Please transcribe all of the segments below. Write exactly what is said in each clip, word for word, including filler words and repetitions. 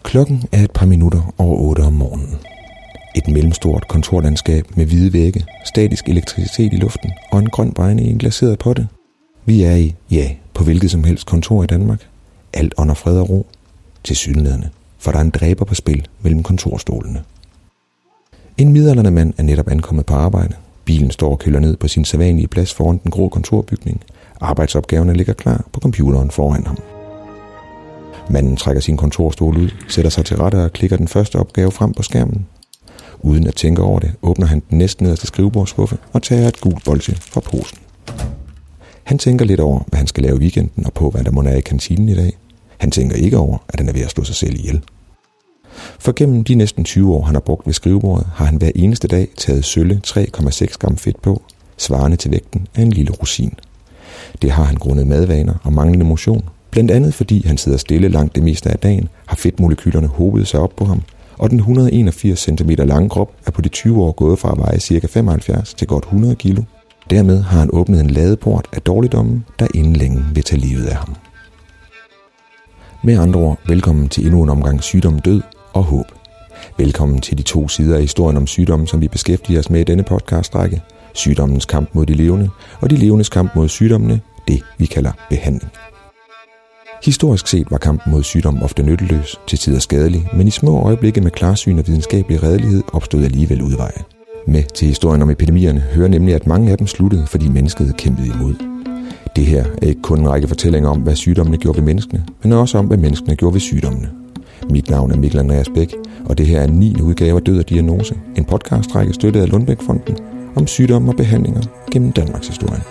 Klokken er et par minutter over otte om morgenen. Et mellemstort kontorlandskab med hvide vægge, statisk elektricitet i luften og en grøn brænde i en glaseret potte. Vi er i, ja, på hvilket som helst kontor i Danmark. Alt under fred og ro. Tilsyneladende, for der er en dræber på spil mellem kontorstolene. En midaldrende mand er netop ankommet på arbejde. Bilen står og køler ned på sin sædvanlige plads foran den grå kontorbygning. Arbejdsopgaverne ligger klar på computeren foran ham. Manden trækker sin kontorstol ud, sætter sig til rette og klikker den første opgave frem på skærmen. Uden at tænke over det, åbner han den næsten nederste skrivebordsskuffe og tager et gult bolsje fra posen. Han tænker lidt over, hvad han skal lave i weekenden og på, hvad der må være i kantinen i dag. Han tænker ikke over, at han er ved at slå sig selv ihjel. For gennem de næsten tyve år, han har brugt ved skrivebordet, har han hver eneste dag taget sølle tre komma seks gram fedt på, svarende til vægten af en lille rosin. Det har han grundet madvaner og manglende motion, blandt andet fordi han sidder stille langt det meste af dagen, har fedtmolekylerne hobet sig op på ham, og den et hundrede og enogfirs centimeter lange krop er på de tyve år gået fra at veje ca. femoghalvfjerds til godt hundrede kilo. Dermed har han åbnet en ladeport af dårligdomme, der inden længe vil tage livet af ham. Med andre ord, velkommen til endnu en omgang sygdom, død og håb. Velkommen til de to sider af historien om sygdommen, som vi beskæftiger os med i denne podcastrække. Sygdommens kamp mod de levende, og de levendes kamp mod sygdommene, det vi kalder behandling. Historisk set var kampen mod sygdom ofte nytteløs, til tider skadelig, men i små øjeblikke med klarsyn og videnskabelig redelighed opstod alligevel udveje. Med til historien om epidemierne hører nemlig, at mange af dem sluttede, fordi mennesket kæmpede imod. Det her er ikke kun en række fortællinger om, hvad sygdommene gjorde ved menneskene, men også om, hvad menneskene gjorde ved sygdommene. Mit navn er Mikkel Andreas Bæk, og det her er niende udgave af Død og Diagnose, en podcastrække støttet af Lundbæk-fonden om sygdomme og behandlinger gennem Danmarks historie.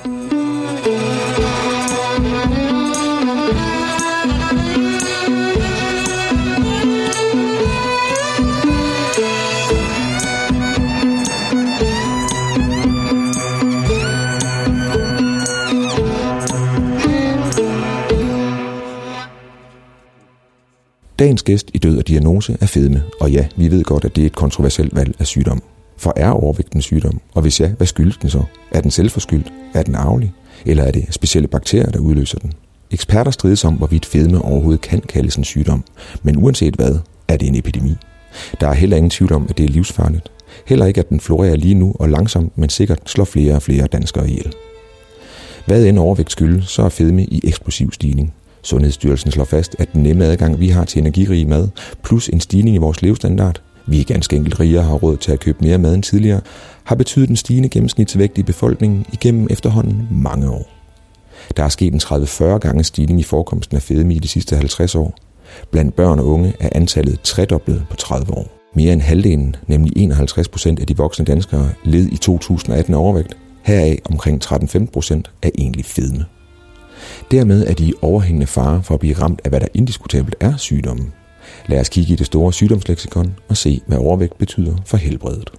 Dagens gæst i Død og Diagnose er fedme, og ja, vi ved godt, at det er et kontroversielt valg af sygdom. For er overvægt en sygdom? Og hvis ja, hvad skyldes den så? Er den selvforskyldt? Er den arvelig? Eller er det specielle bakterier, der udløser den? Eksperter strides om, hvorvidt fedme overhovedet kan kaldes en sygdom. Men uanset hvad, er det en epidemi. Der er heller ingen tvivl om, at det er livsfarligt. Heller ikke, at den florerer lige nu og langsomt, men sikkert slår flere og flere danskere ihjel. Hvad end overvægt skyldes, så er fedme i eksplosiv stigning. Sundhedsstyrelsen slår fast, at den nemme adgang, vi har til energirig mad, plus en stigning i vores levestandard, vi er ganske enkelt rigere har råd til at købe mere mad end tidligere, har betydet en stigende gennemsnitsvægt i befolkningen igennem efterhånden mange år. Der er sket en tredive til fyrre gange stigning i forekomsten af fedme i de sidste halvtreds år. Blandt børn og unge er antallet tredoblet på tredive år. Mere end halvdelen, nemlig enoghalvtreds procent af de voksne danskere, led i to tusind og atten overvægt. Heraf omkring tretten til femten procent er egentlig fedme. Dermed er de i overhængende fare for at blive ramt af, hvad der indiskutabelt er sygdommen. Lad os kigge i det store sygdomsleksikon og se, hvad overvægt betyder for helbredet.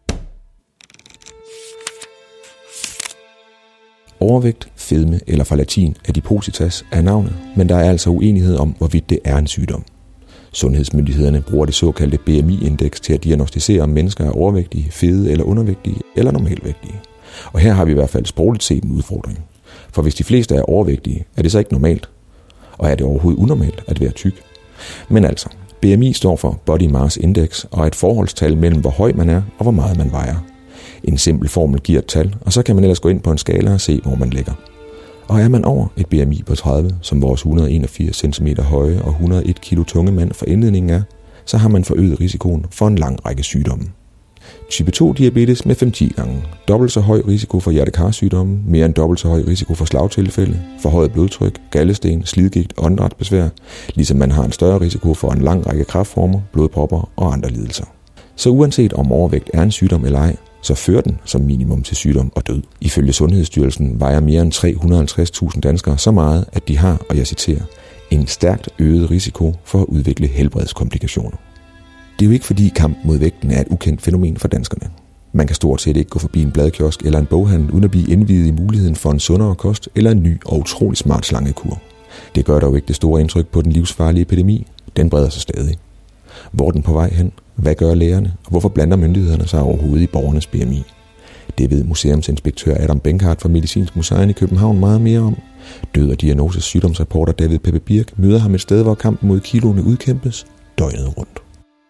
Overvægt, fedme eller fra latin adipositas er navnet, men der er altså uenighed om, hvorvidt det er en sygdom. Sundhedsmyndighederne bruger det såkaldte B M I-indeks til at diagnostisere, om mennesker er overvægtige, fede eller undervægtige eller normalvægtige. Og her har vi i hvert fald sprogligt set en udfordring. For hvis de fleste er overvægtige, er det så ikke normalt? Og er det overhovedet unormalt at være tyk? Men altså, B M I står for Body Mass Index og er et forholdstal mellem, hvor høj man er og hvor meget man vejer. En simpel formel giver et tal, og så kan man ellers gå ind på en skala og se, hvor man ligger. Og er man over et B M I på tredive, som vores et hundrede og enogfirs centimeter høje og et hundrede og en kilo tunge mand for indledningen er, så har man forøget risikoen for en lang række sygdomme. Type to diabetes med fem til ti gange, dobbelt så høj risiko for hjertekarsygdomme, mere end dobbelt så høj risiko for slagtilfælde, forhøjet blodtryk, galdesten, slidgigt og åndedrætsbesvær, ligesom man har en større risiko for en lang række kræftformer, blodpropper og andre lidelser. Så uanset om overvægt er en sygdom eller ej, så fører den som minimum til sygdom og død. Ifølge Sundhedsstyrelsen vejer mere end tre hundrede og halvtreds tusind danskere så meget, at de har, og jeg citerer, en stærkt øget risiko for at udvikle helbredskomplikationer. Det er jo ikke fordi kamp mod vægten er et ukendt fænomen for danskerne. Man kan stort set ikke gå forbi en bladkiosk eller en boghandel uden at blive indviet i muligheden for en sundere kost eller en ny og utrolig smart slangekur. Det gør dog ikke det store indtryk på den livsfarlige epidemi. Den breder sig stadig. Hvor er den på vej hen? Hvad gør lægerne? Og hvorfor blander myndighederne sig overhovedet i borgernes B M I? Det ved museumsinspektør Adam Benkhardt fra Medicinsk Museum i København meget mere om. Død og Diagnoses sygdomsreporter David Peppe Birk møder ham et sted, hvor kampen mod kiloene udkæmpes, døgnet rundt.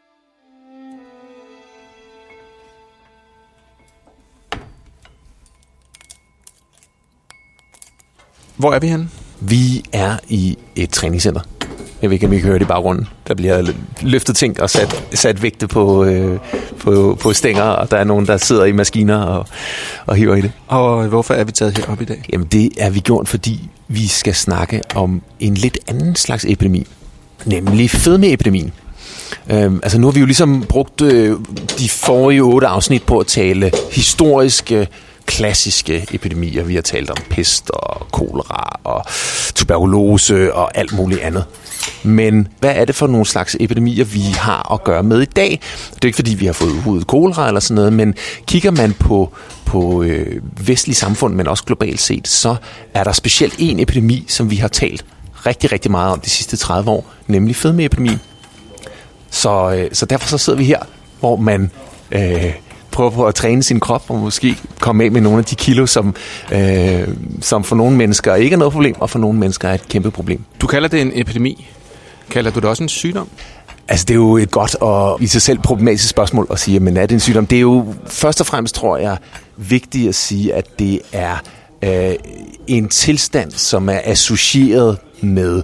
Hvor er vi henne? Vi er i et træningscenter. Jeg ved ikke, om I kan høre det i baggrunden. Der bliver løftet ting og sat, sat vægte på, øh, på, på stænger, og der er nogen, der sidder i maskiner og, og hiver i det. Og hvorfor er vi taget herop i dag? Jamen det er vi gjort, fordi vi skal snakke om en lidt anden slags epidemi, nemlig fedmeepidemien. Øhm, altså nu har vi jo ligesom brugt øh, de forrige otte afsnit på at tale historiske, klassiske epidemier. Vi har talt om pest og kolera og tuberkulose og alt muligt andet. Men hvad er det for nogle slags epidemier, vi har at gøre med i dag? Det er ikke, fordi vi har fået udryddet kolera eller sådan noget, men kigger man på, på øh, vestlige samfund, men også globalt set, så er der specielt en epidemi, som vi har talt rigtig, rigtig meget om de sidste tredive år, nemlig fedmeepidemien. Så, øh, så derfor så sidder vi her, hvor man øh, prøver på at træne sin krop, og måske komme af med nogle af de kilo, som, øh, som for nogle mennesker ikke er noget problem, og for nogle mennesker er et kæmpe problem. Du kalder det en epidemi. Kalder du det også en sygdom? Altså det er jo et godt og i sig selv problematisk spørgsmål at sige, men er det en sygdom? Det er jo først og fremmest, tror jeg, vigtigt at sige, at det er øh, en tilstand, som er associeret med,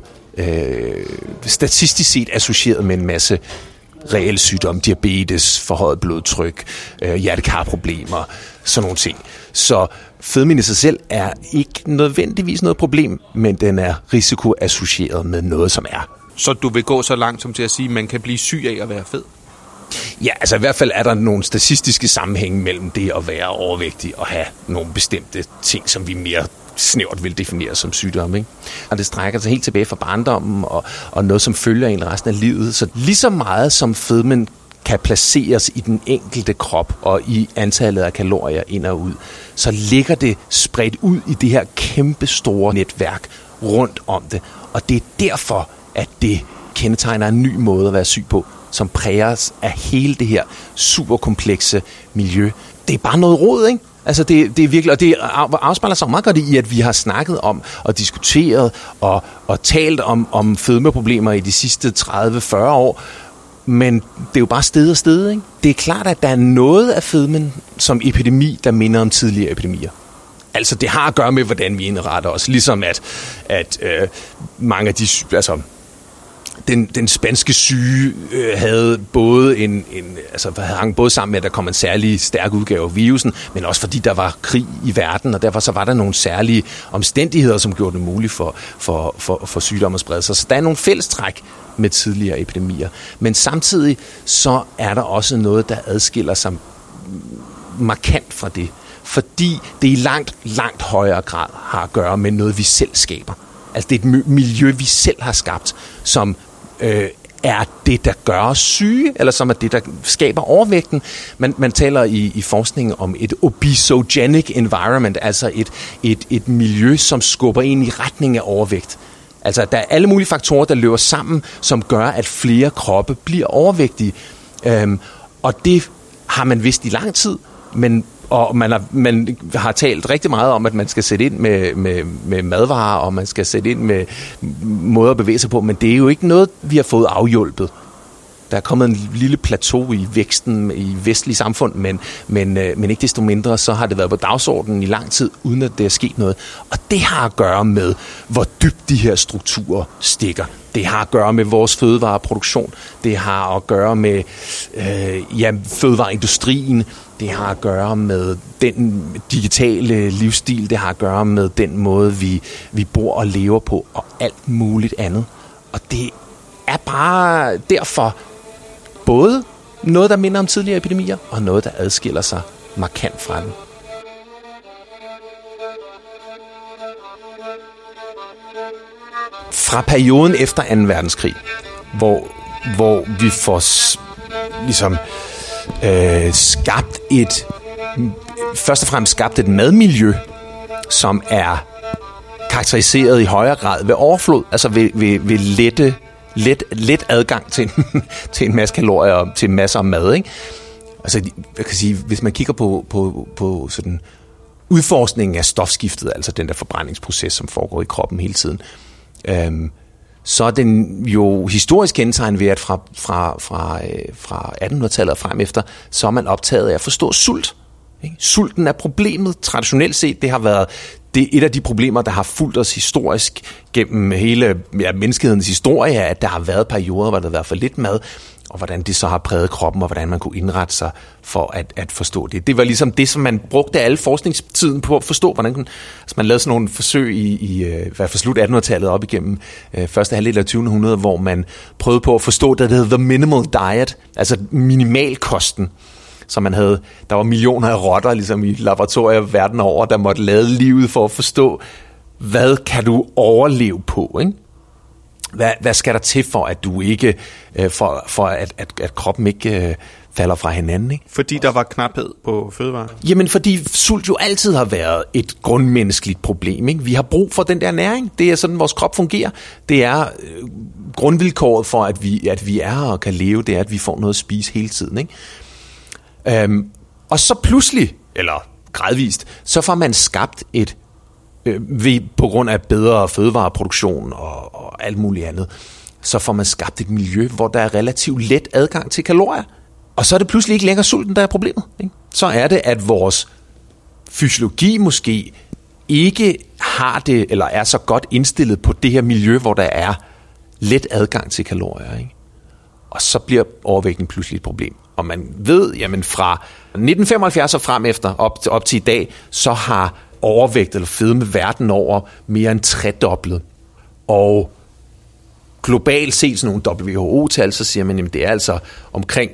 øh, statistisk set associeret med en masse reel sygdom, diabetes, forhøjet blodtryk, øh, hjertekarproblemer, sådan nogle ting. Så fedmen i sig selv er ikke nødvendigvis noget problem, men den er risikoassocieret med noget, som er. Så du vil gå så langt som til at sige, at man kan blive syg af at være fed? Ja, altså i hvert fald er der nogle statistiske sammenhænge mellem det at være overvægtig og have nogle bestemte ting, som vi mere snævert vil definere som sygdom, ikke? Og det strækker sig helt tilbage fra barndommen og, og noget, som følger en resten af livet. Så lige så meget som fedmen kan placeres i den enkelte krop og i antallet af kalorier ind og ud, så ligger det spredt ud i det her kæmpe store netværk rundt om det. Og det er derfor, at det kendetegner en ny måde at være syg på, som præges af hele det her superkomplekse miljø. Det er bare noget rod, ikke? Altså det, det er virkelig, og det afspejler sig meget godt i, at vi har snakket om og diskuteret og, og talt om, om fedmeproblemer i de sidste tredive til fyrre år, men det er jo bare sted og sted, ikke? Det er klart, at der er noget af fedmen som epidemi, der minder om tidligere epidemier. Altså det har at gøre med, hvordan vi indretter os, ligesom at, at øh, mange af de, altså Den, den spanske syge øh, havde både en, en altså hang både sammen med, at der kom en særlig stærk udgave af virusen, men også fordi der var krig i verden, og derfor så var der nogle særlige omstændigheder, som gjorde det muligt for, for, for, for sygdomme at sprede sig. Så der er nogle fællestræk med tidligere epidemier. Men samtidig så er der også noget, der adskiller sig markant fra det, fordi det i langt, langt højere grad har at gøre med noget, vi selv skaber. Altså det er et miljø, vi selv har skabt, som øh, er det, der gør os syge, eller som er det, der skaber overvægten. Man, man taler i, i forskningen om et obesogenic environment, altså et, et, et miljø, som skubber ind i retning af overvægt. Altså der er alle mulige faktorer, der løber sammen, som gør, at flere kroppe bliver overvægtige. Øhm, og det har man vidst i lang tid, men og man har, man har talt rigtig meget om, at man skal sætte ind med, med, med madvarer, og man skal sætte ind med måder at bevæge sig på, men det er jo ikke noget, vi har fået afhjulpet. Der er kommet en lille plateau i væksten i vestlige samfund, men, men, men ikke desto mindre, så har det været på dagsordenen i lang tid, uden at det er sket noget. Og det har at gøre med, hvor dybt de her strukturer stikker. Det har at gøre med vores fødevareproduktion. Det har at gøre med øh, ja, fødevareindustrien. Det har at gøre med den digitale livsstil. Det har at gøre med den måde, vi, vi bor og lever på, og alt muligt andet. Og det er bare derfor både noget, der minder om tidligere epidemier, og noget, der adskiller sig markant fra den. Fra perioden efter anden verdenskrig, hvor, hvor vi får ligesom øh, skabt et, først og fremmest skabt et madmiljø, som er karakteriseret i højere grad ved overflod, altså ved, ved, ved lette, let, let adgang til en, til en masse kalorier og til masser af mad, ikke? Altså, jeg kan sige, hvis man kigger på, på, på sådan udforskningen af stofskiftet, altså den der forbrændingsproces, som foregår i kroppen hele tiden, øhm, så er den jo historisk kendetegn ved, at fra, fra, fra, fra attenhundredetallet og frem efter, så er man optaget af at forstå sult. Ikke? Sulten er problemet traditionelt set. Det har været det er et af de problemer, der har fulgt os historisk gennem hele ja, menneskehedens historie, at der har været perioder, hvor der har været for lidt mad, og hvordan det så har præget kroppen, og hvordan man kunne indrette sig for at, at forstå det. Det var ligesom det, som man brugte alle forskningstiden på at forstå. Hvordan kunne, altså man lavede sådan nogle forsøg i, i hvad for slut attenhundredetallet op igennem øh, første halvdel af tyvende århundrede, hvor man prøvede på at forstå det, der hedder the minimal diet, altså minimalkosten. Så man havde, der var millioner af rotter ligesom i laboratorier verden over, der måtte lade livet for at forstå, hvad kan du overleve på, ikke? Hvad, hvad skal der til for, at du ikke, for, for at, at, at kroppen ikke uh, falder fra hinanden, ikke? Fordi der var knaphed på fødevarer? Jamen, fordi sult jo altid har været et grundmenneskeligt problem, ikke? Vi har brug for den der næring. Det er sådan, vores krop fungerer. Det er uh, grundvilkåret for, at vi, at vi er og kan leve, det er, at vi får noget at spise hele tiden, ikke? Øhm, og så pludselig, eller gradvist, så får man skabt et, øh, ved, på grund af bedre fødevareproduktion og, og alt muligt andet, så får man skabt et miljø, hvor der er relativt let adgang til kalorier. Og så er det pludselig ikke længere sulten, der er problemet, ikke? Så er det, at vores fysiologi måske ikke har det, eller er så godt indstillet på det her miljø, hvor der er let adgang til kalorier, ikke? Og så bliver overvægten pludselig et problem. Og man ved, jamen fra nitten femoghalvfjerds og frem efter, op til, op til i dag, så har overvægt eller fedme verden over mere end tredoblet. Og globalt set sådan nogle W H O-tal, så siger man, jamen det er altså omkring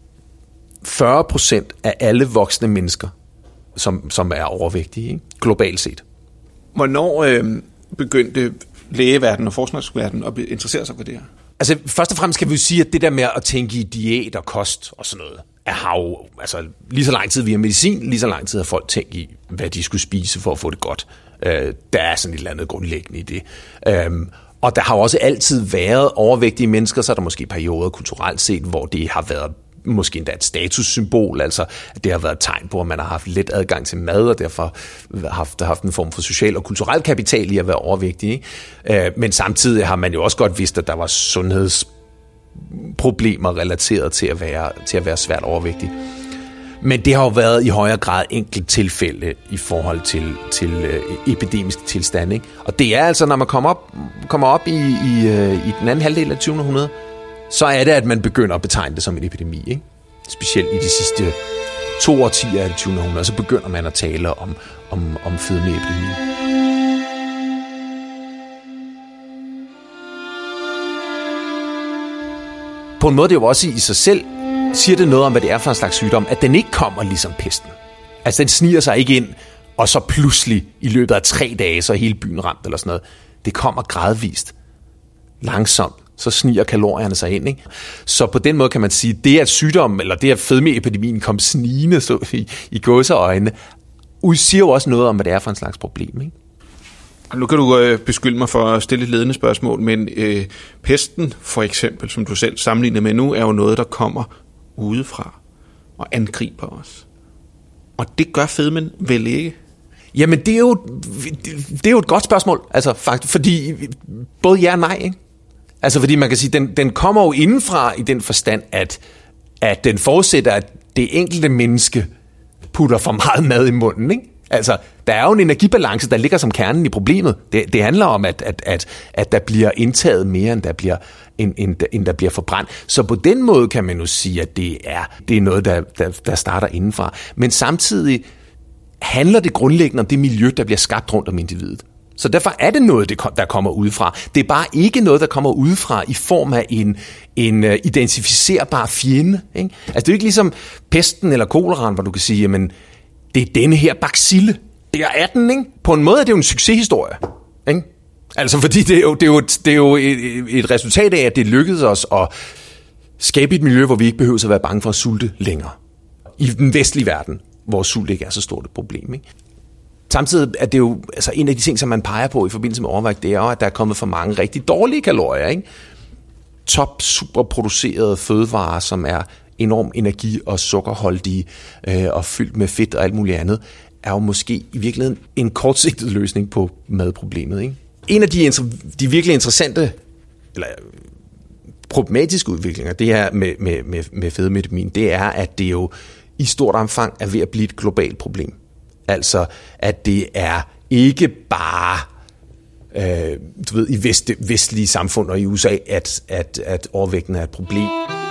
fyrre procent af alle voksne mennesker, som, som er overvægtige, ikke? Globalt set. Hvornår øh, begyndte lægeverdenen og forskningsverdenen at interessere sig for det her? Altså, først og fremmest kan vi jo sige, at det der med at tænke i diæt og kost og sådan noget, har jo, altså lige så lang tid vi har medicin, lige så lang tid har folk tænkt i, hvad de skulle spise for at få det godt. Øh, der er sådan et eller andet grundlæggende i det. Øh, og der har jo også altid været overvægtige mennesker, så er der måske perioder kulturelt set, hvor det har været måske endda et statussymbol, altså det har været et tegn på, at man har haft let adgang til mad, og derfor haft, haft en form for social og kulturel kapital i at være overvægtig, ikke? Men samtidig har man jo også godt vidst, at der var sundhedsproblemer relateret til at være, til at være svært overvægtig. Men det har jo været i højere grad enkelt tilfælde i forhold til, til epidemiske tilstande, ikke? Og det er altså, når man kommer op, kommer op i, i, i den anden halvdel af tyvende århundrede, så er det, at man begynder at betegne det som en epidemi, ikke? Specielt i de sidste to årtier af det tyvende århundrede, så begynder man at tale om, om, om fedmeepidemi. På en måde, det jo også i sig selv, siger det noget om, hvad det er for en slags sygdom, at den ikke kommer ligesom pesten. Altså, den sniger sig ikke ind, og så pludselig i løbet af tre dage, så er hele byen ramt eller sådan noget. Det kommer gradvist, langsomt. Så sniger kalorierne sig ind, ikke? Så på den måde kan man sige, det at sygdom, eller det at fedmeepidemien kom snigende så i, i gåseøjne, udsiger jo også noget om, hvad det er for en slags problem, ikke? Nu kan du øh, beskylde mig for at stille et ledende spørgsmål, men øh, pesten for eksempel, som du selv sammenligner med nu, er jo noget, der kommer udefra og angriber os. Og det gør fedmen vel ikke? Jamen, det er jo, det er jo et godt spørgsmål, altså faktisk, fordi både ja og nej, ikke? Altså fordi man kan sige, den, den kommer jo indenfra i den forstand, at, at den forudsætter, at det enkelte menneske putter for meget mad i munden, ikke? Altså, der er jo en energibalance, der ligger som kernen i problemet. Det, det handler om, at, at, at, at der bliver indtaget mere, end der bliver, end, end, end der bliver forbrændt. Så på den måde kan man jo sige, at det er, det er noget, der, der, der starter indenfra. Men samtidig handler det grundlæggende om det miljø, der bliver skabt rundt om individet. Så derfor er det noget, der kommer udefra. Det er bare ikke noget, der kommer udefra i form af en, en identificerbar fjende, ikke? Altså det er jo ikke ligesom pesten eller koleraen, hvor du kan sige, jamen det er denne her bacille. Det er den, ikke? På en måde er det jo en succeshistorie, ikke? Altså fordi det er jo, det er jo, et, det er jo et, et resultat af, at det lykkedes os at skabe et miljø, hvor vi ikke behøver at være bange for at sulte længere. I den vestlige verden, hvor sult ikke er så stort et problem, ikke? Samtidig er det jo altså en af de ting, som man peger på i forbindelse med overvægt, det er jo, at der er kommet for mange rigtig dårlige kalorier, ikke? Top superproducerede fødevarer, som er enormt energi- og sukkerholdige øh, og fyldt med fedt og alt muligt andet, er jo måske i virkeligheden en kortsigtet løsning på madproblemet, ikke? En af de, de virkelig interessante eller problematiske udviklinger, det her med, med, med, med fedmedemin, det er, at det jo i stort omfang er ved at blive et globalt problem. Altså, at det er ikke bare øh, du ved, i vest, vestlige samfund og i U S A, at, at, at overvægten er et problem.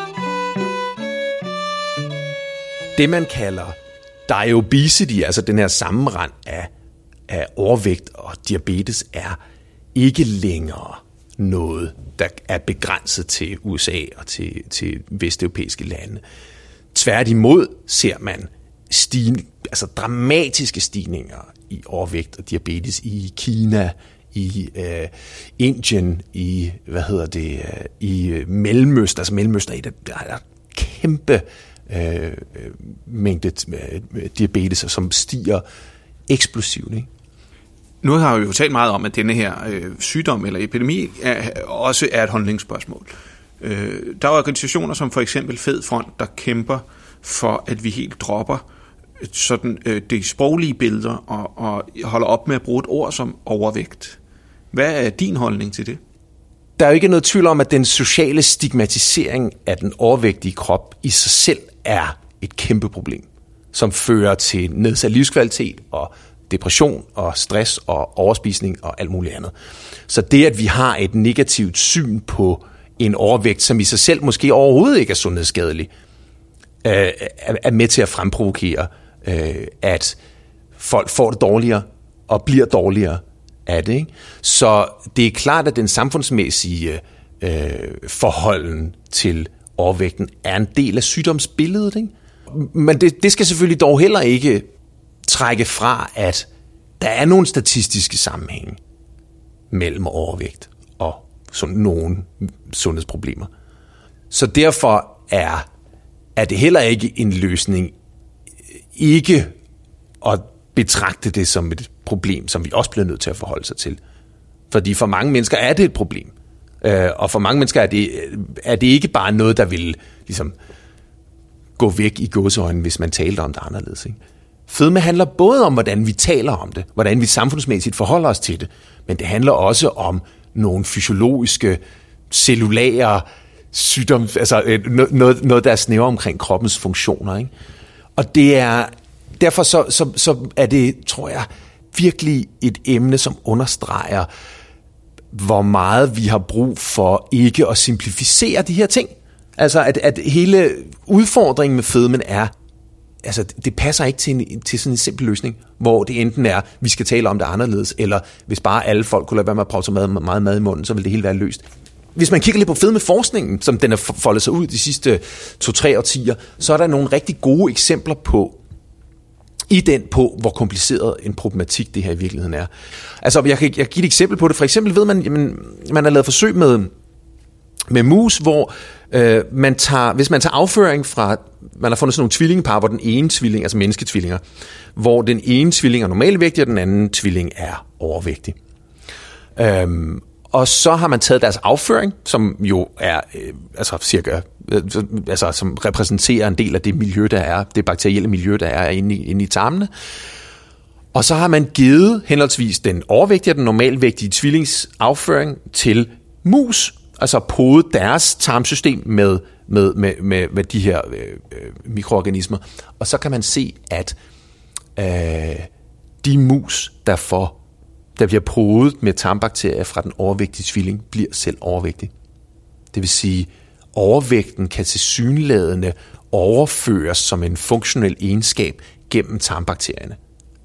Det, man kalder diobesity, altså den her sammenrend af, af overvægt og diabetes, er ikke længere noget, der er begrænset til U S A og til, til vesteuropæiske lande. Tværtimod ser man stigning, altså dramatiske stigninger i overvægt og diabetes i Kina, i øh, Indien, i hvad hedder det, øh, i Mellemøsten, altså Mellemøsten, der er kæmpe øh, mængde øh, diabetes, som stiger eksplosivt, ikke? Nu har vi jo talt meget om, at denne her øh, sygdom eller epidemi er, også er et holdningsspørgsmål. Øh, der er organisationer som for eksempel Fed Front, der kæmper for, at vi helt dropper sådan, øh, de sproglige billeder og, og holder op med at bruge et ord som overvægt. Hvad er din holdning til det? Der er jo ikke noget tvivl om, at den sociale stigmatisering af den overvægtige krop i sig selv er et kæmpe problem, som fører til nedsat livskvalitet og depression og stress og overspisning og alt muligt andet. Så det, at vi har et negativt syn på en overvægt, som i sig selv måske overhovedet ikke er sundhedsskadelig, øh, er med til at fremprovokere, øh, at folk får det dårligere og bliver dårligere af det, ikke? Så det er klart, at den samfundsmæssige øh, forholden til overvægten er en del af sygdomsbilledet, ikke? Men det, det skal selvfølgelig dog heller ikke trække fra, at der er nogle statistiske sammenhænge mellem overvægt og sådan nogle sundhedsproblemer. Så derfor er, er det heller ikke en løsning ikke at betragte det som et problem, som vi også bliver nødt til at forholde sig til. Fordi for mange mennesker er det et problem. Og for mange mennesker er det, er det ikke bare noget, der vil ligesom gå væk i gåseøjne, hvis man talte om det anderledes, ikke? Fedme handler både om, hvordan vi taler om det, hvordan vi samfundsmæssigt forholder os til det, men det handler også om nogle fysiologiske, cellulære sygdom, altså noget, noget der er snævre omkring kroppens funktioner, ikke? Og det er derfor så, så, så er det, tror jeg, virkelig et emne, som understreger, hvor meget vi har brug for ikke at simplificere de her ting. Altså at, at hele udfordringen med fedmen er, altså det passer ikke til, en, til sådan en simpel løsning, hvor det enten er, vi skal tale om det anderledes, eller hvis bare alle folk kunne lade være med at prøve så meget, meget mad i munden, så vil det hele være løst. Hvis man kigger lidt på fedmeforskningen, som den har foldet sig ud de sidste to-tre årtier, så er der nogle rigtig gode eksempler på, i den på, hvor kompliceret en problematik det her i virkeligheden er. Altså, jeg kan, jeg kan give et eksempel på det. For eksempel ved man, jamen, man har lavet forsøg med, med mus, hvor øh, man tager, hvis man tager afføring fra, man har fundet sådan nogle tvillingepar, hvor den ene tvilling, altså mennesketvillinger, hvor den ene tvilling er normalvægtig, og den anden tvilling er overvægtig. Øhm, og så har man taget deres afføring, som jo er øh, altså cirka, øh, altså som repræsenterer en del af det miljø, der er, det bakterielle miljø, der er inde i, inde i tarmene. Og så har man givet henholdsvis den overvægtige og den normalvægtige tvillings afføring til mus, altså podet deres tarmsystem med, med, med, med, med de her øh, mikroorganismer. Og så kan man se, at øh, de mus, der får der bliver podet med tarmbakterier fra den overvægtige tvilling, bliver selv overvægtig. Det vil sige, overvægten kan tilsyneladende overføres som en funktionel egenskab gennem tarmbakterierne.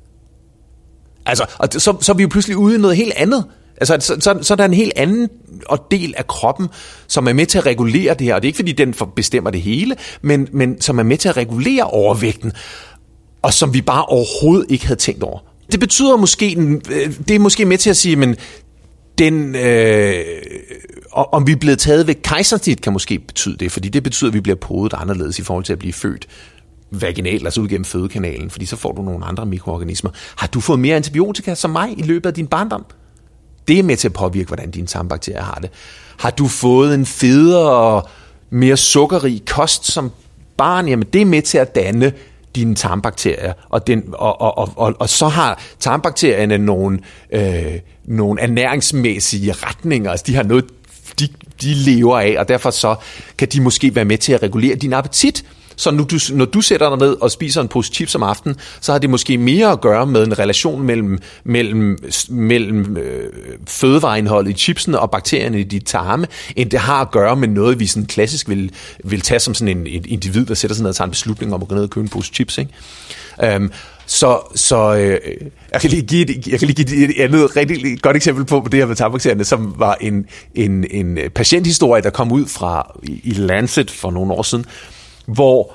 Altså, og så, så er vi jo pludselig ude i noget helt andet. Altså, så, så, så er der en helt anden del af kroppen, som er med til at regulere det her. Og det er ikke, fordi den bestemmer det hele, men, men som er med til at regulere overvægten, og som vi bare overhovedet ikke havde tænkt over. Det betyder måske, det er måske med til at sige, men den, øh, om vi er blevet taget ved kejsersnit, kan måske betyde det, fordi det betyder, at vi bliver podet anderledes i forhold til at blive født vaginalt, altså ud gennem fødekanalen, fordi så får du nogle andre mikroorganismer. Har du fået mere antibiotika som mig i løbet af din barndom? Det er med til at påvirke, hvordan dine tarmbakterier har det. Har du fået en federe og mere sukkerrig kost som barn? Jamen det er med til at danne dine tarmbakterier, og, den, og, og, og, og, og så har tarmbakterierne nogle, øh, nogle ernæringsmæssige retninger, altså de har noget, de de lever af, og derfor så kan de måske være med til at regulere din appetit. Så når du, når du sætter dig ned og spiser en pose chips om aftenen, så har det måske mere at gøre med en relation mellem, mellem, mellem øh, fødevareindholdet i chipsene og bakterierne i dit tarme, end det har at gøre med noget, vi sådan klassisk vil, vil tage som sådan en, en individ, der sætter sig ned og tager en beslutning om at gå ned og købe en pose chips, ikke? Um, så så øh, jeg kan lige give et, jeg kan lige give et andet rigtig godt eksempel på, på det her med tarmbakterierne, som var en, en, en patienthistorie, der kom ud fra i Lancet for nogle år siden, hvor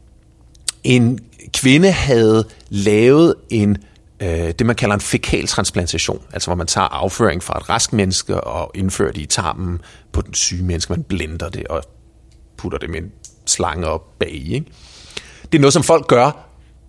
en kvinde havde lavet en, øh, det man kalder en fækaltransplantation, altså hvor man tager afføring fra et rask menneske og indfører det i tarmen på den syge menneske. Man blender det og putter det med en slange op bagi, ikke? Det er noget, som folk gør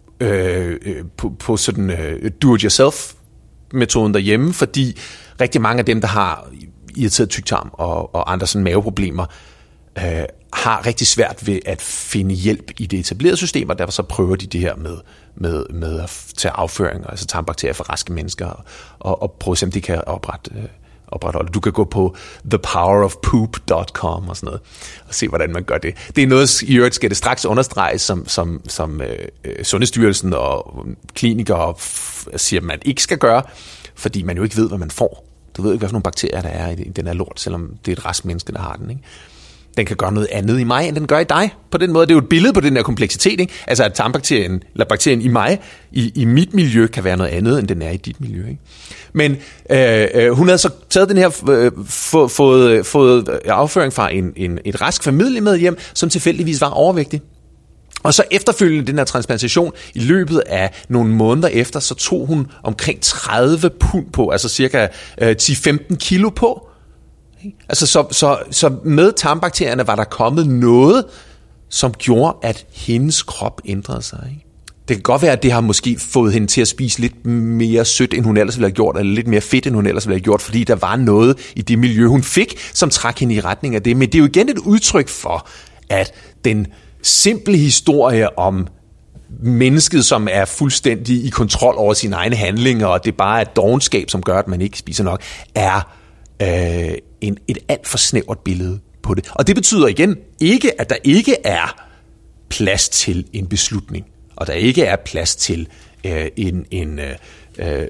øh, på, på sådan øh, do-it-yourself-metoden derhjemme, fordi rigtig mange af dem, der har irriteret tyktarm og, og andre sådan maveproblemer, øh, har rigtig svært ved at finde hjælp i det etablerede system, og derfor så prøver de det her med, med, med at tage afføringer, altså tarmbakterier fra raske mennesker, og, og prøve at se, om de kan oprette, øh, opretholde. Du kan gå på the power of poop dot com og sådan noget, og se, hvordan man gør det. Det er noget, i øvrigt skal det straks understreges, som, som, som øh, Sundhedsstyrelsen og klinikere siger, man ikke skal gøre, fordi man jo ikke ved, hvad man får. Du ved ikke, hvad for nogle bakterier der er i den her lort, selvom det er et rask menneske, der har den, ikke? Den kan gøre noget andet i mig, end den gør i dig. På den måde, det er jo et billede på den der kompleksitet, ikke? Altså, at tarmbakterien, eller bakterien i mig, i, i mit miljø, kan være noget andet, end den er i dit miljø, ikke? Men øh, øh, hun havde så taget den her, øh, få, fået, fået afføring fra en, en, et rask familiemedlem hjem, som tilfældigvis var overvægtig. Og så efterfølgende den her transplantation, i løbet af nogle måneder efter, så tog hun omkring tredive pund på, altså cirka øh, ti til femten kilo på. Altså så, så, så med tarmbakterierne var der kommet noget, som gjorde, at hendes krop ændrede sig, ikke? Det kan godt være, at det har måske fået hende til at spise lidt mere sødt, end hun ellers ville have gjort, eller lidt mere fedt, end hun ellers ville have gjort, fordi der var noget i det miljø, hun fik, som trak hende i retning af det. Men det er jo igen et udtryk for, at den simple historie om mennesket, som er fuldstændig i kontrol over sine egne handlinger, og det bare er dovenskab, som gør, at man ikke spiser nok, er øh, en, et alt for snævert billede på det. Og det betyder igen ikke, at der ikke er plads til en beslutning, og der ikke er plads til øh, en, en, øh, øh,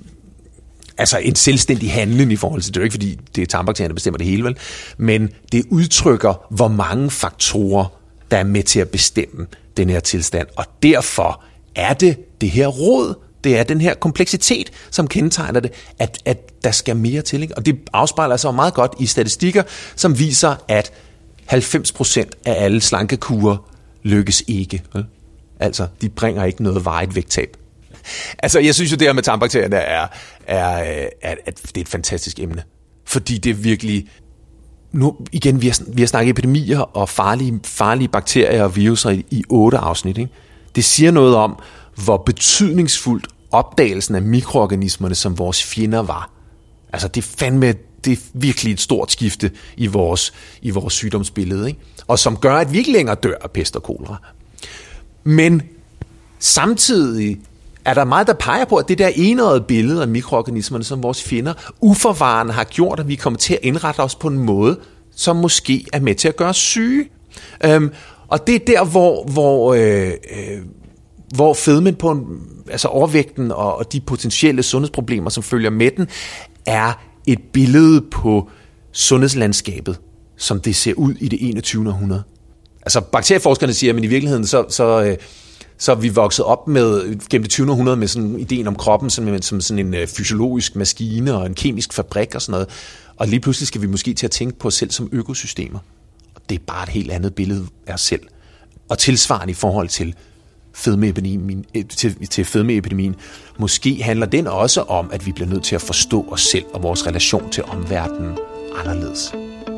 altså en selvstændig handling i forhold til det. Det er jo ikke, fordi det er tarmbakterierne, der bestemmer det hele, vel? Men det udtrykker, hvor mange faktorer, der er med til at bestemme den her tilstand. Og derfor er det det her rod, det er den her kompleksitet, som kendetegner det, at, at der skal mere til, ikke? Og det afspejler sig meget godt i statistikker, som viser, at halvfems procent af alle slankekurer lykkes ikke. Vel? Altså, de bringer ikke noget varigt vægttab. Altså, jeg synes jo, det her med tarmbakterierne er, er, er, at det er et fantastisk emne. Fordi det er virkelig... Nu igen, vi har, vi har snakket epidemier og farlige, farlige bakterier og viruser i, i otte afsnit, ikke? Det siger noget om, hvor betydningsfuldt opdagelsen af mikroorganismerne som vores fjender var. Altså, det er fandme, det er virkelig et stort skifte i vores, i vores sygdomsbillede, ikke? Og som gør, at vi ikke længere dør af pest og kolera. Men samtidig er der meget, der peger på, at det der enøjede billede af mikroorganismerne som vores fjender uforvarende har gjort, at vi kommer til at indrette os på en måde, som måske er med til at gøre os syge. Øhm, og det er der, hvor, hvor, øh, øh, hvor fedmen på en, altså overvægten og, og de potentielle sundhedsproblemer, som følger med den, er et billede på sundhedslandskabet, som det ser ud i det enogtyvende århundrede. Altså bakterieforskerne siger, men i virkeligheden så... så øh, Så er vi vokset op med, gennem det tyvende århundrede med sådan ideen om kroppen som, som sådan en fysiologisk maskine og en kemisk fabrik og sådan noget. Og lige pludselig skal vi måske til at tænke på os selv som økosystemer. Og det er bare et helt andet billede af os selv. Og tilsvarende i forhold til fedmeepidemien, til, til fedmeepidemien. Måske handler den også om, at vi bliver nødt til at forstå os selv og vores relation til omverdenen anderledes.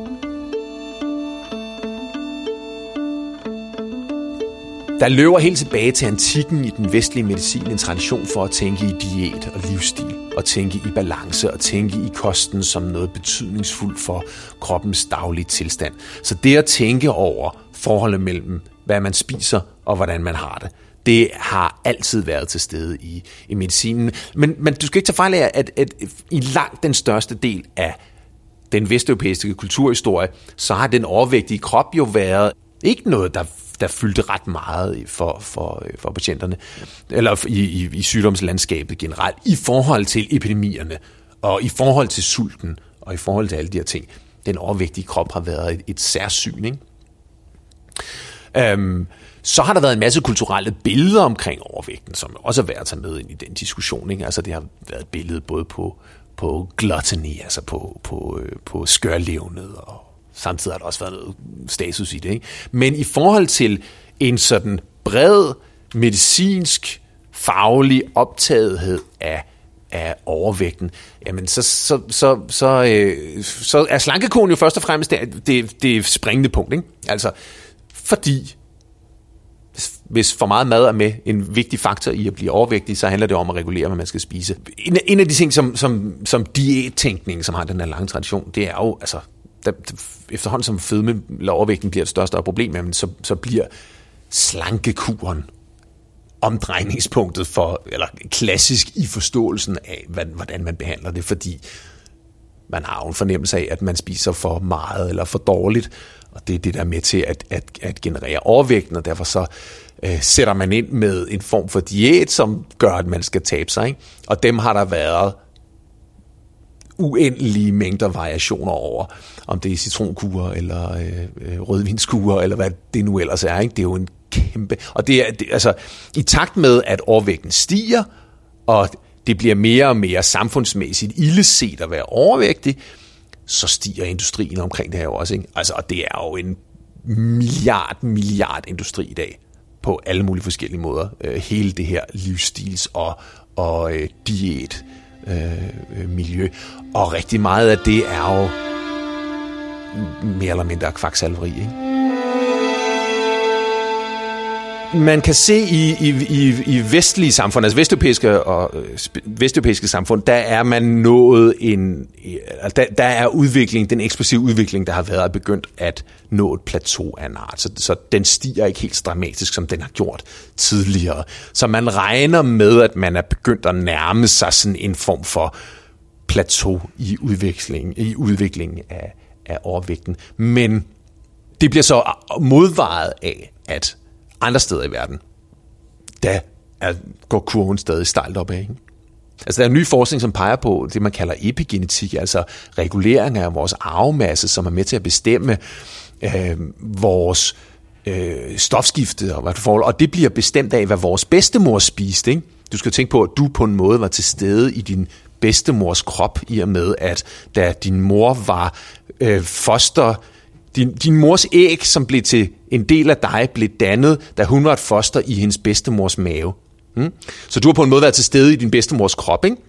Der løber helt tilbage til antikken i den vestlige medicin en tradition for at tænke i diæt og livsstil, og tænke i balance og tænke i kosten som noget betydningsfuldt for kroppens daglige tilstand. Så det at tænke over forholdet mellem, hvad man spiser og hvordan man har det, det har altid været til stede i, i medicinen. Men, men du skal ikke tage fejl af, at, at, at i langt den største del af den vesteuropæiske kulturhistorie, så har den overvægtige krop jo været ikke noget, der, der fyldte ret meget for, for, for patienterne, eller i, i, i sygdomslandskabet generelt, i forhold til epidemierne, og i forhold til sulten, og i forhold til alle de her ting. Den overvægtige krop har været et, et særsyn, ikke? Øhm, så har der været en masse kulturelle billeder omkring overvægten, som også er værd at tage med ind i den diskussion, ikke? Altså det har været et billede både på, på gluttony, altså på, på, på skørlevnet, og samtidig har der også været noget status i det, ikke? Men i forhold til en sådan bred medicinsk faglig optagethed af af overvægten, jamen så, så, så, så, øh, så er slankekurven jo først og fremmest det, det, det springende punkt, ikke? Altså, fordi hvis for meget mad er med en vigtig faktor i at blive overvægtig, så handler det om at regulere, hvad man skal spise. En, en af de ting, som, som, som diættænkning, som har den her lange tradition, det er jo, altså, der, efterhånden som fedme eller overvægten bliver et større og større problem, jamen, så, så bliver slankekuren omdrejningspunktet for, eller klassisk i forståelsen af, hvordan man behandler det, fordi man har en fornemmelse af, at man spiser for meget eller for dårligt, og det er det, der er med til at, at, at generere overvægten, og derfor så øh, sætter man ind med en form for diæt, som gør, at man skal tabe sig, ikke? Og dem har der været uendelige mængder variationer over, om det er citronkurer eller øh, rødvinskurer, eller hvad det nu ellers er, ikke? Det er jo en kæmpe, og det er det, altså i takt med, at overvægten stiger, og det bliver mere og mere samfundsmæssigt illeset at være overvægtig, så stiger industrien omkring det her også, ikke? Altså, og det er jo en milliard, milliard industri i dag, på alle mulige forskellige måder. Øh, hele det her livsstils- og, og øh, diæt øh, miljø. Og rigtig meget af det er jo mere eller mindre kvaksalveri, ikke? Man kan se i, i, i, i vestlige samfund, altså vesteuropæiske og vesteuropæiske samfund, der er man nået en, der, der er udvikling, den eksplosive udvikling, der har været begyndt at nå et plateau af en art. Så, så den stiger ikke helt dramatisk, som den har gjort tidligere. Så man regner med, at man er begyndt at nærme sig sådan en form for plateau i udviklingen, i udviklingen af, af overvægten. Men det bliver så modvejet af, at andre steder i verden, der er, går kurven stadig stejlt opad, ikke? Altså der er ny forskning, som peger på det, man kalder epigenetik, altså regulering af vores arvemasse, som er med til at bestemme øh, vores øh, stofskifte og hvad du får. Og det bliver bestemt af, hvad vores bedstemor spiste, ikke? Du skal tænke på, at du på en måde var til stede i din bedstemors krop, i og med, at da din mor var øh, foster, Din, din mors æg, som blev til en del af dig, blev dannet, da hun var et foster i hendes bedstemors mave. Hmm? Så du har på en måde været til stede i din bedstemors krop, ikke?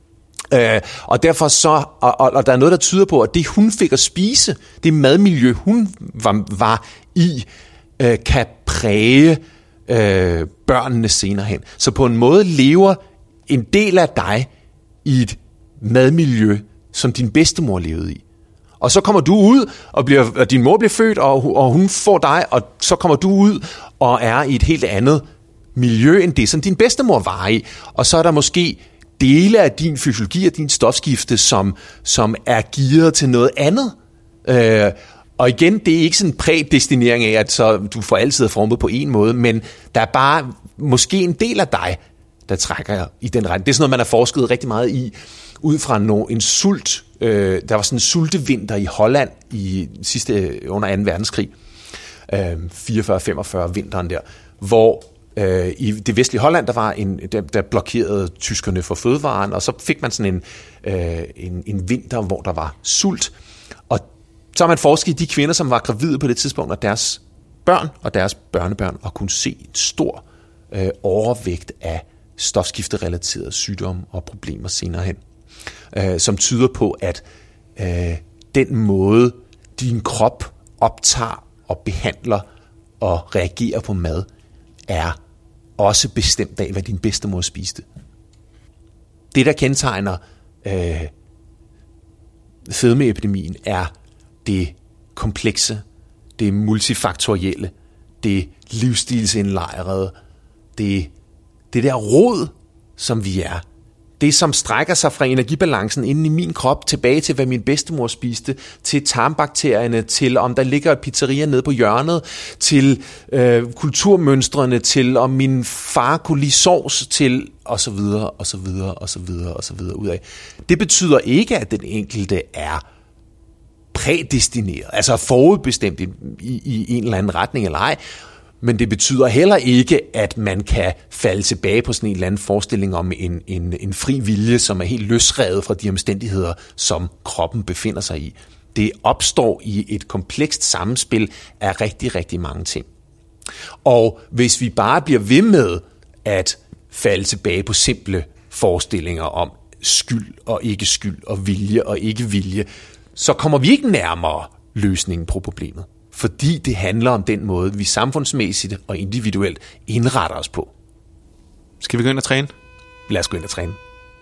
Øh, og derfor så, og, og, og der er noget, der tyder på, at det hun fik at spise, det madmiljø, hun var, var i, øh, kan præge øh, børnene senere hen. Så på en måde lever en del af dig i et madmiljø, som din bedstemor levede i. Og så kommer du ud, og, bliver, og din mor bliver født, og, og hun får dig, og så kommer du ud og er i et helt andet miljø, end det, som din bedstemor var i. Og så er der måske dele af din fysiologi og din stofskifte, som, som er gearet til noget andet. Øh, og igen, det er ikke sådan en prædestinering af, at så du for altid er formet på en måde, men der er bare måske en del af dig, der trækker i den retning. Det er sådan noget, man har forsket rigtig meget i, ud fra no, en sult. Øh, der var sådan en sultevinter i Holland i sidste under anden verdenskrig, øh, fireogfyrre femogfyrre vinteren der, hvor øh, i det vestlige Holland, der var en, der, der blokerede tyskerne for fødevaren, og så fik man sådan en, øh, en, en vinter, hvor der var sult. Og så har man forsket i de kvinder, som var gravide på det tidspunkt, og deres børn og deres børnebørn, og kunne se en stor øh, overvægt af stofskifterelaterede sygdomme og problemer senere hen, øh, som tyder på, at øh, den måde, din krop optager og behandler og reagerer på mad, er også bestemt af, hvad din bedstemor spiste. Det, der kendetegner øh, fedmeepidemien, er det komplekse, det multifaktorielle, det livsstilsindlejrede, det, det der rod, som vi er, det, som strækker sig fra energibalancen inde i min krop, tilbage til, hvad min bedstemor spiste, til tarmbakterierne, til om der ligger et pizzeria nede på hjørnet, til øh, kulturmønstrene, til om min far kunne lide sovs, til og så videre, og så videre, og så videre, og så videre ud af. Det betyder ikke, at den enkelte er prædestineret, altså forudbestemt i, i, i en eller anden retning eller ej, men det betyder heller ikke, at man kan falde tilbage på sådan en eller anden forestilling om en, en, en fri vilje, som er helt løsrevet fra de omstændigheder, som kroppen befinder sig i. Det opstår i et komplekst sammenspil af rigtig, rigtig mange ting. Og hvis vi bare bliver ved med at falde tilbage på simple forestillinger om skyld og ikke skyld og vilje og ikke vilje, så kommer vi ikke nærmere løsningen på problemet. Fordi det handler om den måde, vi samfundsmæssigt og individuelt indretter os på. Skal vi gå ind og træne? Lad os gå ind og træne.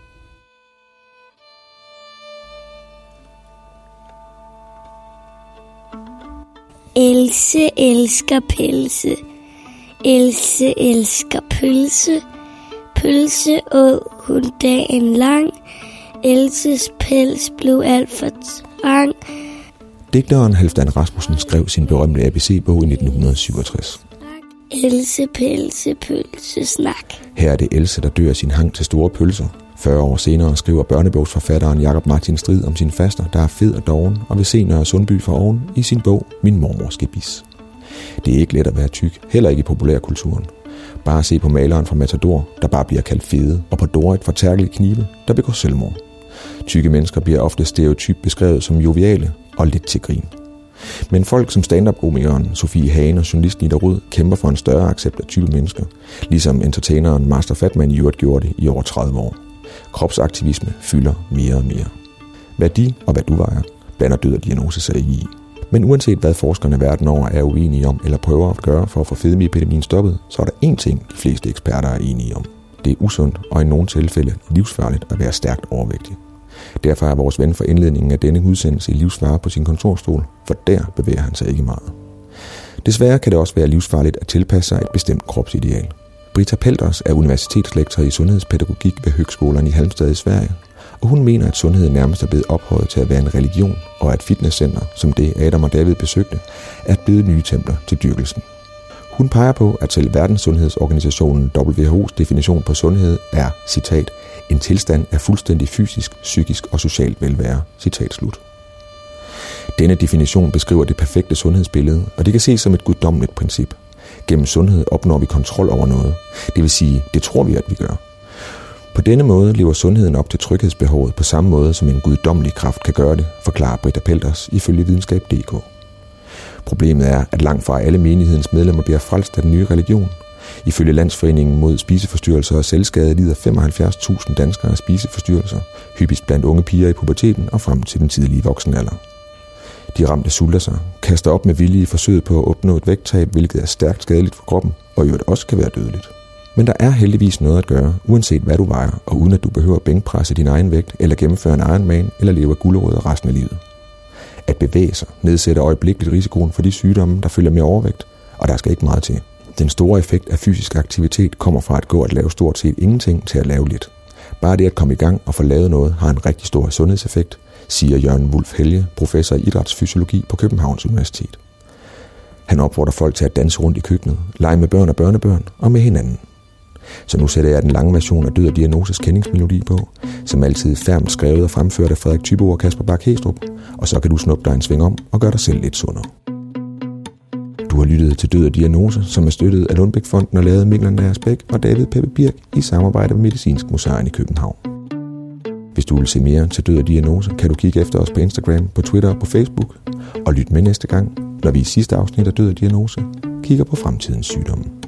Else elsker pelse. Else elsker pølse. Pølse åd hun dagen lang. Elses pels blev alt for trang. Digteren Halfdan Rasmussen skrev sin berømte A B C-bog i nitten syvogtres. Else, pelse, pølse, snak. Her er det Else, der dør af sin hang til store pølser. fyrre år senere skriver børnebogsforfatteren Jakob Martin Strid om sin faster, der er fed og doven, og vil se Nørre Sundby for oven i sin bog Min mormors gebis. Det er ikke let at være tyk, heller ikke i populærkulturen. Bare se på maleren fra Matador, der bare bliver kaldt fede, og på Dorit fra Terkel Knibe, der begår selvmord. Tykke mennesker bliver ofte stereotyp beskrevet som joviale og lidt til grin. Men folk som stand-up-komikeren Sofie Hagen og journalisten Ida Rud kæmper for en større accept af type mennesker, ligesom entertaineren Master Fatman i øvrigt gjorde det i over tredive år. Kropsaktivisme fylder mere og mere. Hvad de og hvad du vejer, blander Død og Diagnose sig i. Men uanset hvad forskerne verden over er uenige om eller prøver at gøre for at få fedmeepidemien stoppet, så er der én ting, de fleste eksperter er enige om. Det er usundt og i nogle tilfælde livsfarligt at være stærkt overvægtig. Derfor er vores ven for indledningen af denne udsendelse i livsfare på sin kontorstol, for der bevæger han sig ikke meget. Desværre kan det også være livsfarligt at tilpasse sig et bestemt kropsideal. Britta Pelders er universitetslektor i sundhedspædagogik ved Högskolan i Halmstad i Sverige, og hun mener, at sundhed nærmest er blevet ophøjet til at være en religion, og at fitnesscenter, som det Adam og David besøgte, er blevet nye templer til dyrkelsen. Hun peger på, at selv Verdenssundhedsorganisationen W H O's definition på sundhed er, citat, en tilstand af fuldstændig fysisk, psykisk og socialt velvære, citat slut. Denne definition beskriver det perfekte sundhedsbillede, og det kan ses som et guddommeligt princip. Gennem sundhed opnår vi kontrol over noget, det vil sige, det tror vi, at vi gør. På denne måde lever sundheden op til tryghedsbehovet på samme måde, som en guddommelig kraft kan gøre det, forklarer Britta Pelders ifølge videnskab punktum d k. Problemet er, at langt fra alle menighedens medlemmer bliver frelst af den nye religion. Ifølge Landsforeningen mod spiseforstyrrelser og selvskade lider femoghalvfjerds tusind danskere af spiseforstyrrelser, hyppigst blandt unge piger i puberteten og frem til den tidlige voksenalder. De ramte sulter sig, kaster op med vilje i forsøget på at opnå et vægttab, hvilket er stærkt skadeligt for kroppen, og i øvrigt også kan være dødeligt. Men der er heldigvis noget at gøre, uanset hvad du vejer, og uden at du behøver at bænkpresse din egen vægt, eller gennemføre en Ironman, eller leve af gulerødder resten af livet. At bevæge sig nedsætter øjeblikkeligt risikoen for de sygdomme, der følger med overvægt, og der skal ikke meget til. Den store effekt af fysisk aktivitet kommer fra at gå at lave stort set ingenting til at lave lidt. Bare det at komme i gang og få lavet noget har en rigtig stor sundhedseffekt, siger Jørgen Wulf Helge, professor i idrætsfysiologi på Københavns Universitet. Han opfordrer folk til at danse rundt i køkkenet, lege med børn og børnebørn og med hinanden. Så nu sætter jeg den lange version af Død og Diagnoses kendingsmelodi på, som altid færmt skrevet og fremført af Frederik Thybo og Kasper Bak-Hestrup, og så kan du snuppe dig en sving om og gøre dig selv lidt sundere. Du har lyttet til Død og Diagnose, som er støttet af Lundbæk-fonden og lavet af Mikkel Andreas Bæk og David Peppe Birk i samarbejde med Medicinsk Museum i København. Hvis du vil se mere til Død og Diagnose, kan du kigge efter os på Instagram, på Twitter og på Facebook, og lyt med næste gang, når vi i sidste afsnit af Død og Diagnose kigger på fremtidens sygdomme.